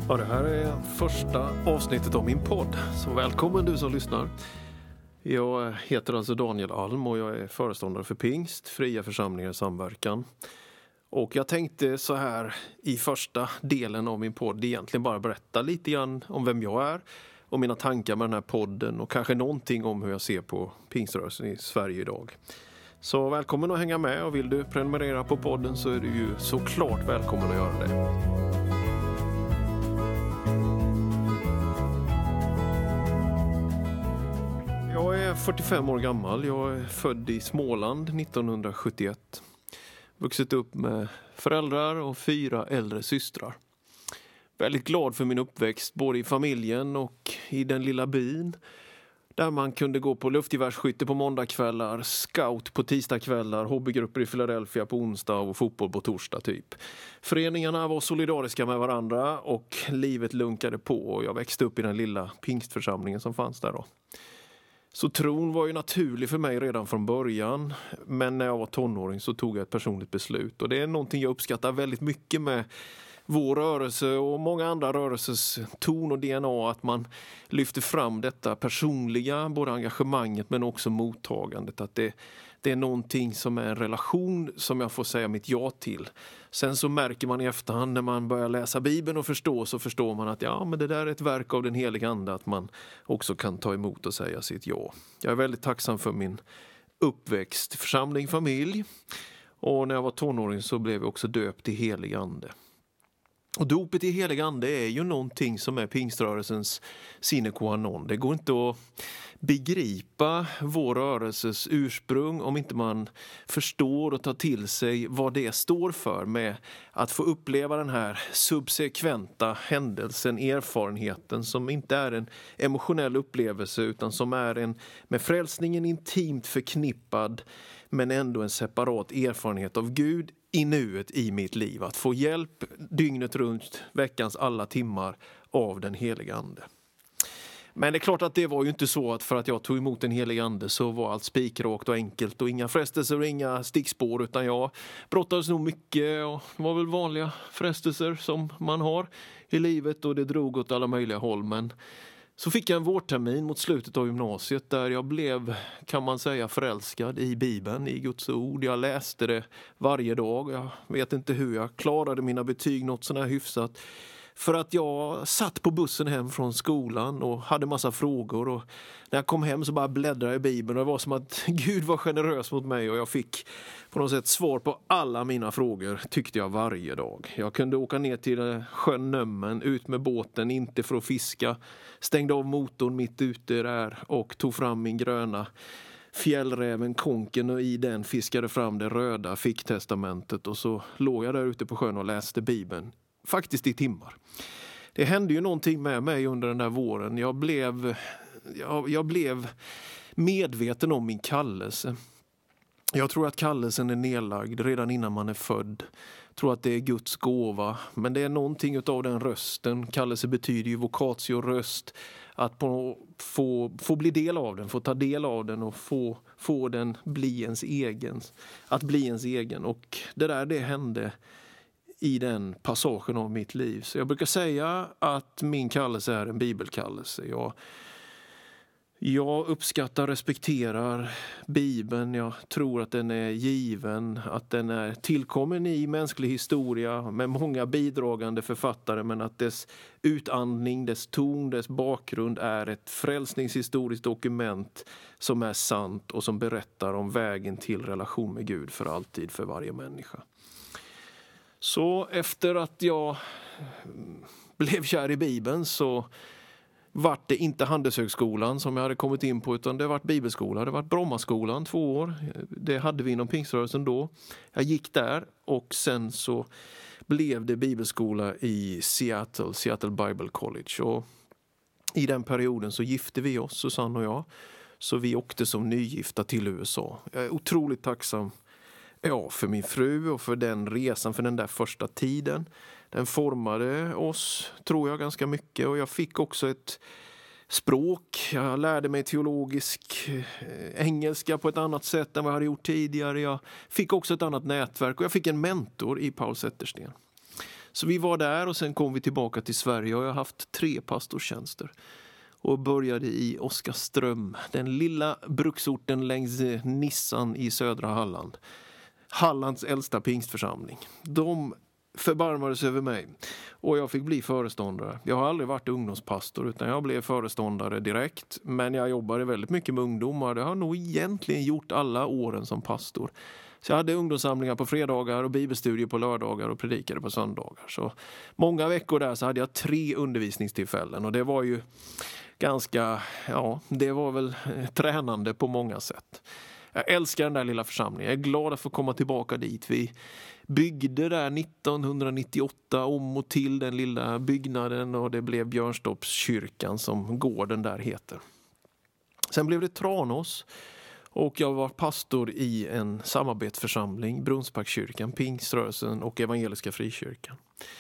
Ja, det här är första avsnittet av min podd, så välkommen du som lyssnar. Jag heter alltså Daniel Alm och jag är föreståndare för Pingst, Fria församlingar i samverkan. Och jag tänkte så här i första delen av min podd egentligen bara berätta lite grann om vem jag är och mina tankar med den här podden och kanske någonting om hur jag ser på pingströrelsen i Sverige idag. Så välkommen att hänga med, och vill du prenumerera på podden så är du ju såklart välkommen att göra det. Jag är 45 år gammal, jag är född i Småland 1971. Vuxit upp med föräldrar och 4 äldre systrar. Väldigt glad för min uppväxt både i familjen och i den lilla byn. Där man kunde gå på luftgevärsskytte på måndagskvällar, scout på tisdagskvällar, hobbygrupper i Philadelphia på onsdag och fotboll på torsdag typ. Föreningarna var solidariska med varandra och livet lunkade på, och jag växte upp i den lilla pingstförsamlingen som fanns där då. Så tron var ju naturlig för mig redan från början, men när jag var tonåring så tog jag ett personligt beslut. Och det är någonting jag uppskattar väldigt mycket med vår rörelse och många andra rörelses ton och DNA, att man lyfter fram detta personliga, både engagemanget men också mottagandet. Att det är någonting som är en relation som jag får säga mitt ja till. Sen så märker man i efterhand när man börjar läsa Bibeln och så förstår man att ja, men det där är ett verk av den heliga ande, att man också kan ta emot och säga sitt ja. Jag är väldigt tacksam för min uppväxt, församling, familj, och när jag var tonåring så blev jag också döpt i helig ande. Och dopet i helig ande är ju någonting som är pingströrelsens sine qua non. Det går inte att begripa vår rörelses ursprung om inte man förstår och tar till sig vad det står för, med att få uppleva den här subsekventa händelsen, erfarenheten som inte är en emotionell upplevelse utan som är en med frälsningen intimt förknippad men ändå en separat erfarenhet av Gud i nuet i mitt liv. Att få hjälp dygnet runt, veckans alla timmar av den heliga ande. Men det är klart att det var ju inte så att för att jag tog emot den heliga ande så var allt spikrakt och enkelt och inga frestelser och inga stickspår, utan jag brottades nog mycket och det var väl vanliga frestelser som man har i livet, och det drog åt alla möjliga håll. Men så fick jag en vårtermin mot slutet av gymnasiet där jag blev, kan man säga, förälskad i Bibeln, i Guds ord. Jag läste det varje dag. Jag vet inte hur jag klarade mina betyg något sådär hyfsat. För att jag satt på bussen hem från skolan och hade massa frågor. Och när jag kom hem så bara bläddrade jag i Bibeln. Och det var som att Gud var generös mot mig och jag fick på något sätt svar på alla mina frågor, tyckte jag, varje dag. Jag kunde åka ner till sjön Nömmen, ut med båten, inte för att fiska. Stängde av motorn mitt ute där och tog fram min gröna fjällräven konken, och i den fiskade fram det röda ficktestamentet. Och så låg jag där ute på sjön och läste Bibeln. Faktiskt i timmar. Det hände ju någonting med mig under den där våren. Jag blev medveten om min kallelse. Jag tror att kallelsen är nedlagd redan innan man är född. Jag tror att det är Guds gåva. Men det är någonting av den rösten. Kallelse betyder ju vocatio, röst. Att få bli del av den, få ta del av den och få den bli ens egen. Att bli ens egen. Och det hände i den passagen av mitt liv. Så jag brukar säga att min kallelse är en bibelkallelse. Jag uppskattar, respekterar Bibeln. Jag tror att den är given, att den är tillkommen i mänsklig historia med många bidragande författare, men att dess utandning, dess ton, dess bakgrund är ett frälsningshistoriskt dokument som är sant och som berättar om vägen till relation med Gud för alltid, för varje människa. Så efter att jag blev kär i Bibeln så vart det inte Handelshögskolan som jag hade kommit in på, utan det vart Bibelskola. Det vart Brommaskolan 2 år. Det hade vi inom pingströrelsen då. Jag gick där och sen så blev det Bibelskola i Seattle Bible College. Och i den perioden så gifte vi oss, Susanne och jag. Så vi åkte som nygifta till USA. Jag är otroligt tacksam för min fru och för den resan, för den där första tiden. Den formade oss, tror jag, ganska mycket, och jag fick också ett språk. Jag lärde mig teologisk engelska på ett annat sätt än vad jag hade gjort tidigare. Jag fick också ett annat nätverk och jag fick en mentor i Paul Zettersten. Så vi var där och sen kom vi tillbaka till Sverige och jag har haft 3 pastorstjänster. Och började i Oskarström, den lilla bruksorten längs Nissan i södra Halland. Hallands äldsta pingstförsamling. De förbarmades över mig och jag fick bli föreståndare. Jag har aldrig varit ungdomspastor utan jag blev föreståndare direkt. Men jag jobbade väldigt mycket med ungdomar. Det har jag nog egentligen gjort alla åren som pastor. Så jag hade ungdomssamlingar på fredagar och bibelstudier på lördagar och predikade på söndagar. Så många veckor där så hade jag 3 undervisningstillfällen och det var ju ganska, det var väl tränande på många sätt. Jag älskar den där lilla församlingen. Jag är glad att få komma tillbaka dit. Vi byggde där 1998 om och till den lilla byggnaden och det blev Björnstorpskyrkan som gården där heter. Sen blev det Tranås och jag var pastor i en samarbetsförsamling, Brunnsparkskyrkan, Pingströrelsen och Evangeliska Frikyrkan.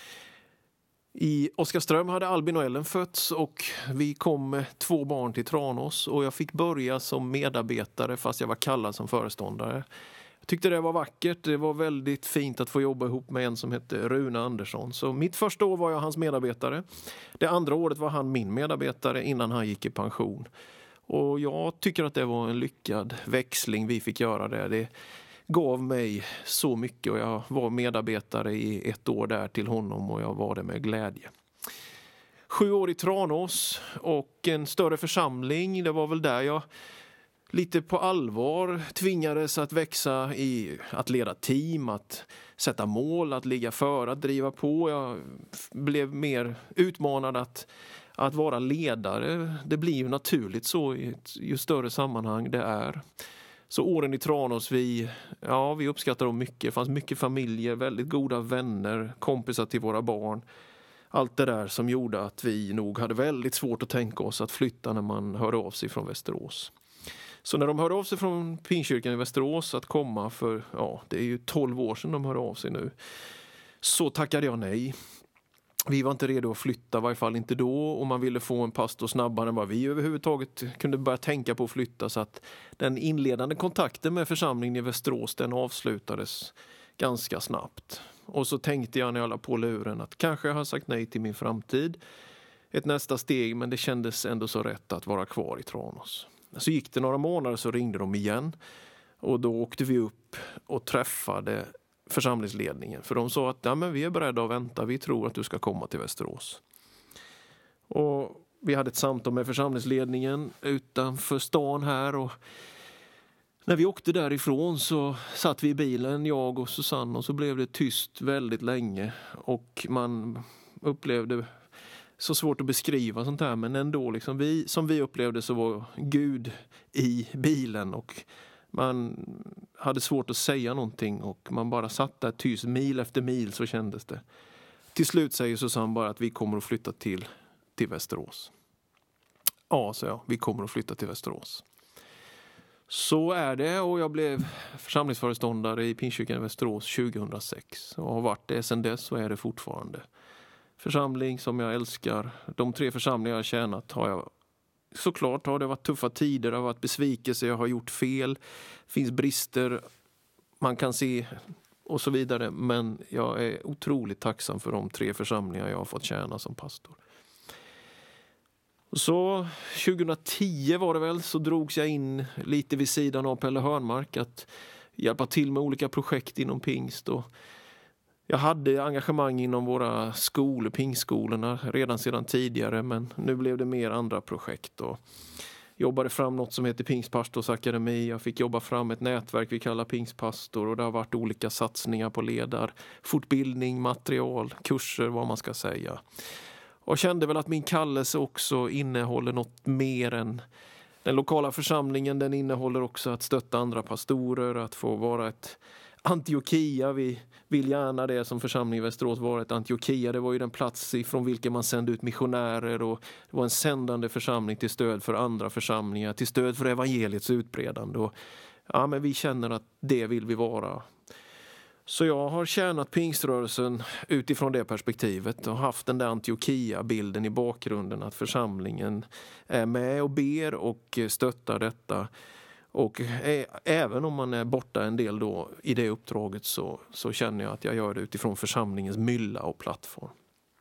I Oskarström hade Albin och Ellen fötts och vi kom med 2 barn till Tranås och jag fick börja som medarbetare fast jag var kallad som föreståndare. Jag tyckte det var vackert, det var väldigt fint att få jobba ihop med en som hette Rune Andersson. Så mitt första år var jag hans medarbetare. Det andra året var han min medarbetare innan han gick i pension. Och jag tycker att det var en lyckad växling vi fick göra där. Det gav mig så mycket och jag var medarbetare i 1 år där till honom och jag var det med glädje. 7 år i Tranås och en större församling, det var väl där jag lite på allvar tvingades att växa i att leda team, att sätta mål, att ligga före, att driva på. Jag blev mer utmanad att vara ledare. Det blir ju naturligt så i ju större sammanhang det är. Så åren i Tranås, vi uppskattar dem mycket. Det fanns mycket familjer, väldigt goda vänner, kompisar till våra barn. Allt det där som gjorde att vi nog hade väldigt svårt att tänka oss att flytta när man hörde av sig från Västerås. Så när de hörde av sig från Pingstkyrkan i Västerås att komma för, det är ju 12 år sedan de hörde av sig nu. Så tackade jag nej. Vi var inte redo att flytta, i varje fall inte då. Och man ville få en pastor snabbare än vad vi överhuvudtaget kunde börja tänka på att flytta. Så att den inledande kontakten med församlingen i Västerås, den avslutades ganska snabbt. Och så tänkte jag när jag la på luren att kanske jag har sagt nej till min framtid. Ett nästa steg, men det kändes ändå så rätt att vara kvar i Tranås. Så gick det några månader så ringde de igen. Och då åkte vi upp och träffade församlingsledningen. För de sa att vi är beredda att vänta. Vi tror att du ska komma till Västerås. Och vi hade ett samtal med församlingsledningen utanför stan här. Och när vi åkte därifrån så satt vi i bilen, jag och Susanne. Och så blev det tyst väldigt länge. Och man upplevde så svårt att beskriva sånt här. Men ändå, liksom, som vi upplevde så var Gud i bilen och man hade svårt att säga någonting och man bara satt där tyst mil efter mil, så kändes det. Till slut säger Susanne bara att vi kommer att flytta till Västerås. Ja, så ja, vi kommer att flytta till Västerås. Så är det och jag blev församlingsföreståndare i Pingstkyrkan i Västerås 2006 och har varit det sedan dess och är det fortfarande. Församling som jag älskar. De 3 församlingar jag har tjänat såklart har det varit tuffa tider, det har varit besvikelse, jag har gjort fel, finns brister man kan se och så vidare. Men jag är otroligt tacksam för de 3 församlingar jag har fått tjäna som pastor. Och så 2010 var det väl, så drogs jag in lite vid sidan av Pelle Hörnmark att hjälpa till med olika projekt inom Pingst. Och jag hade engagemang inom våra skolor, pingstskolorna, redan sedan tidigare, men nu blev det mer andra projekt. Och jobbade fram något som heter Pingstpastors akademi. Jag fick jobba fram ett nätverk vi kallar Pingstpastor och det har varit olika satsningar på fortbildning, material, kurser, vad man ska säga. Och kände väl att min kallelse också innehåller något mer än den lokala församlingen. Den innehåller också att stötta andra pastorer, att få vara ett Antiochia. Vi vill gärna det som församling i Västerås vara ett Antiochia. Det var ju den plats ifrån vilken man sände ut missionärer och det var en sändande församling till stöd för andra församlingar, till stöd för evangeliets utbredande. Och men vi känner att det vill vi vara. Så jag har tjänat pingströrelsen utifrån det perspektivet och haft den där Antiochia-bilden i bakgrunden att församlingen är med och ber och stöttar detta. Och även om man är borta en del då i det uppdraget så känner jag att jag gör det utifrån församlingens mylla och plattform.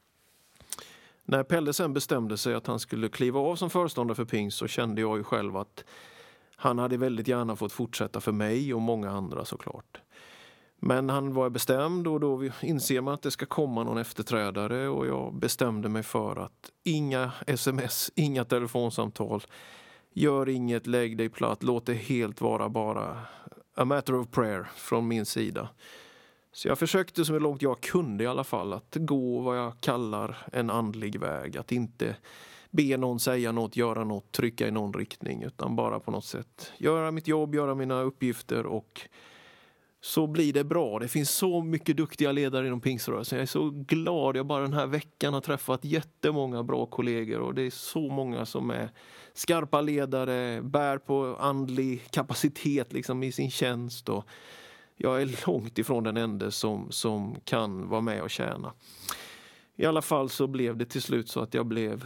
När Pelle sen bestämde sig att han skulle kliva av som föreståndare för Pingst så kände jag ju själv att han hade väldigt gärna fått fortsätta för mig och många andra såklart. Men han var bestämd och då inser man att det ska komma någon efterträdare och jag bestämde mig för att inga sms, inga telefonsamtal, gör inget, lägg dig platt, låt det helt vara bara a matter of prayer från min sida. Så jag försökte så långt jag kunde i alla fall att gå vad jag kallar en andlig väg. Att inte be någon säga något, göra något, trycka i någon riktning. Utan bara på något sätt göra mitt jobb, göra mina uppgifter och så blir det bra. Det finns så mycket duktiga ledare inom pingströrelsen. Jag är så glad. Jag bara den här veckan har träffat jättemånga bra kollegor och det är så många som är skarpa ledare, bär på andlig kapacitet liksom i sin tjänst och jag är långt ifrån den enda som kan vara med och tjäna. I alla fall så blev det till slut så att jag blev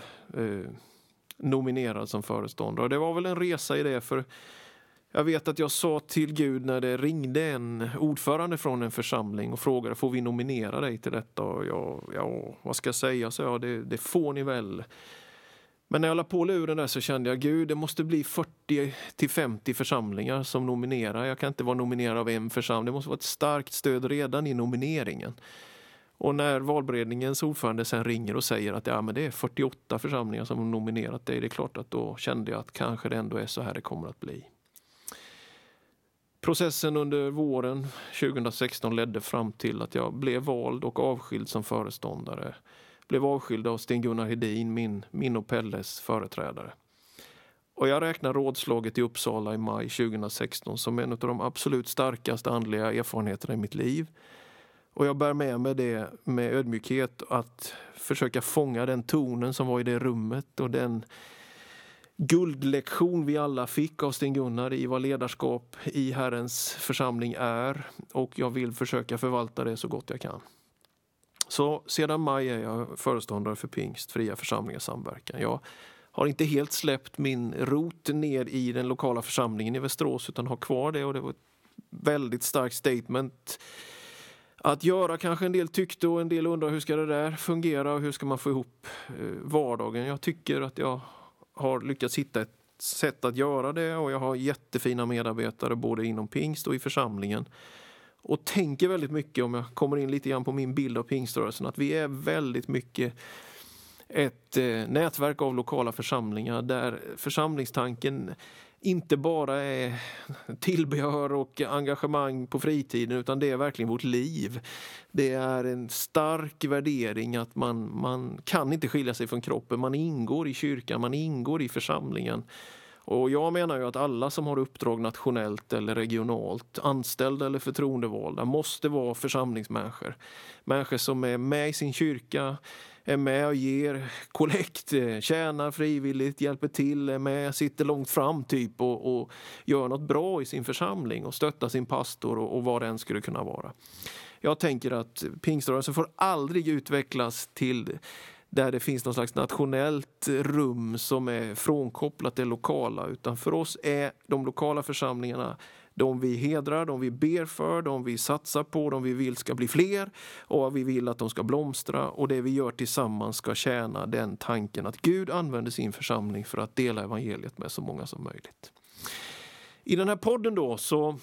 nominerad som föreståndare. Och det var väl en resa i det för jag vet att jag sa till Gud när det ringde en ordförande från en församling och frågade får vi nominera dig till detta? Och ja, vad ska jag säga? Så det får ni väl. Men när jag la på luren där så kände jag Gud, det måste bli 40-50 församlingar som nominerar. Jag kan inte vara nominerad av en församling. Det måste vara ett starkt stöd redan i nomineringen. Och när valberedningens ordförande sen ringer och säger att men det är 48 församlingar som har nominerat dig. Det är klart att då kände jag att kanske det ändå är så här det kommer att bli. Processen under våren 2016 ledde fram till att jag blev vald och avskild som föreståndare. Blev avskild av Sten-Gunnar Hedin, min och Pelles företrädare. Och jag räknar rådslaget i Uppsala i maj 2016 som en av de absolut starkaste andliga erfarenheterna i mitt liv. Och jag bär med mig det med ödmjukhet att försöka fånga den tonen som var i det rummet och den guldlektion vi alla fick av Sten-Gunnar i vad ledarskap i Herrens församling är. Och jag vill försöka förvalta det så gott jag kan. Så sedan maj är jag föreståndare för Pingst, Fria församlingars samverkan. Jag har inte helt släppt min rot ner i den lokala församlingen i Västerås utan har kvar det och det var ett väldigt starkt statement att göra. Kanske en del tyckte och en del undrar hur ska det där fungera och hur ska man få ihop vardagen. Jag tycker att jag har lyckats hitta ett sätt att göra det och jag har jättefina medarbetare både inom Pingst och i församlingen. Och tänker väldigt mycket, om jag kommer in lite grann på min bild av pingströrelsen, att vi är väldigt mycket ett nätverk av lokala församlingar där församlingstanken inte bara är tillbehör och engagemang på fritiden utan det är verkligen vårt liv. Det är en stark värdering att man kan inte skilja sig från kroppen. Man ingår i kyrkan, man ingår i församlingen. Och jag menar ju att alla som har uppdrag nationellt eller regionalt, anställda eller förtroendevalda, måste vara församlingsmänniskor. Människor som är med i sin kyrka, är med och ger kollekt, tjänar frivilligt, hjälper till, är med, sitter långt fram typ och gör något bra i sin församling och stöttar sin pastor och vad den skulle kunna vara. Jag tänker att pingströrelsen får aldrig utvecklas till där det finns någon slags nationellt rum som är frånkopplat det lokala. Utan för oss är de lokala församlingarna de vi hedrar, de vi ber för, de vi satsar på, de vi vill ska bli fler och vi vill att de ska blomstra. Och det vi gör tillsammans ska tjäna den tanken att Gud använder sin församling för att dela evangeliet med så många som möjligt. I den här podden då så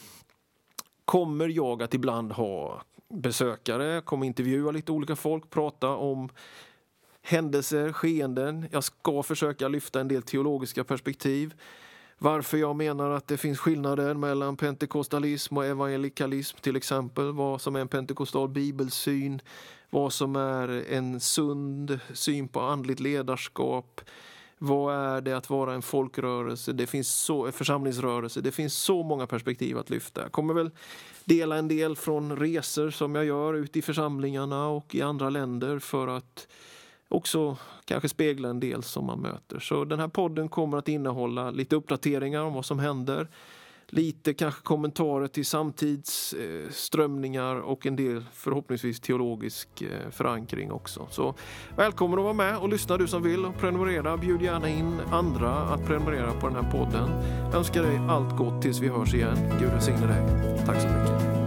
kommer jag att ibland ha besökare, kommer intervjua lite olika folk, prata om händelser, skeenden. Jag ska försöka lyfta en del teologiska perspektiv. Varför jag menar att det finns skillnader mellan pentekostalism och evangelikalism till exempel. Vad som är en pentekostal bibelsyn. Vad som är en sund syn på andligt ledarskap. Vad är det att vara en folkrörelse? Det finns församlingsrörelse. Det finns så många perspektiv att lyfta. Jag kommer väl dela en del från resor som jag gör ute i församlingarna och i andra länder för att också kanske spegla en del som man möter. Så den här podden kommer att innehålla lite uppdateringar om vad som händer. lite kanske kommentarer till samtidsströmningar och en del förhoppningsvis teologisk förankring också. Så välkommen att vara med och lyssna du som vill och prenumerera. Bjud gärna in andra att prenumerera på den här podden. Jag önskar dig allt gott tills vi hörs igen. Gud välsigne dig. Tack så mycket.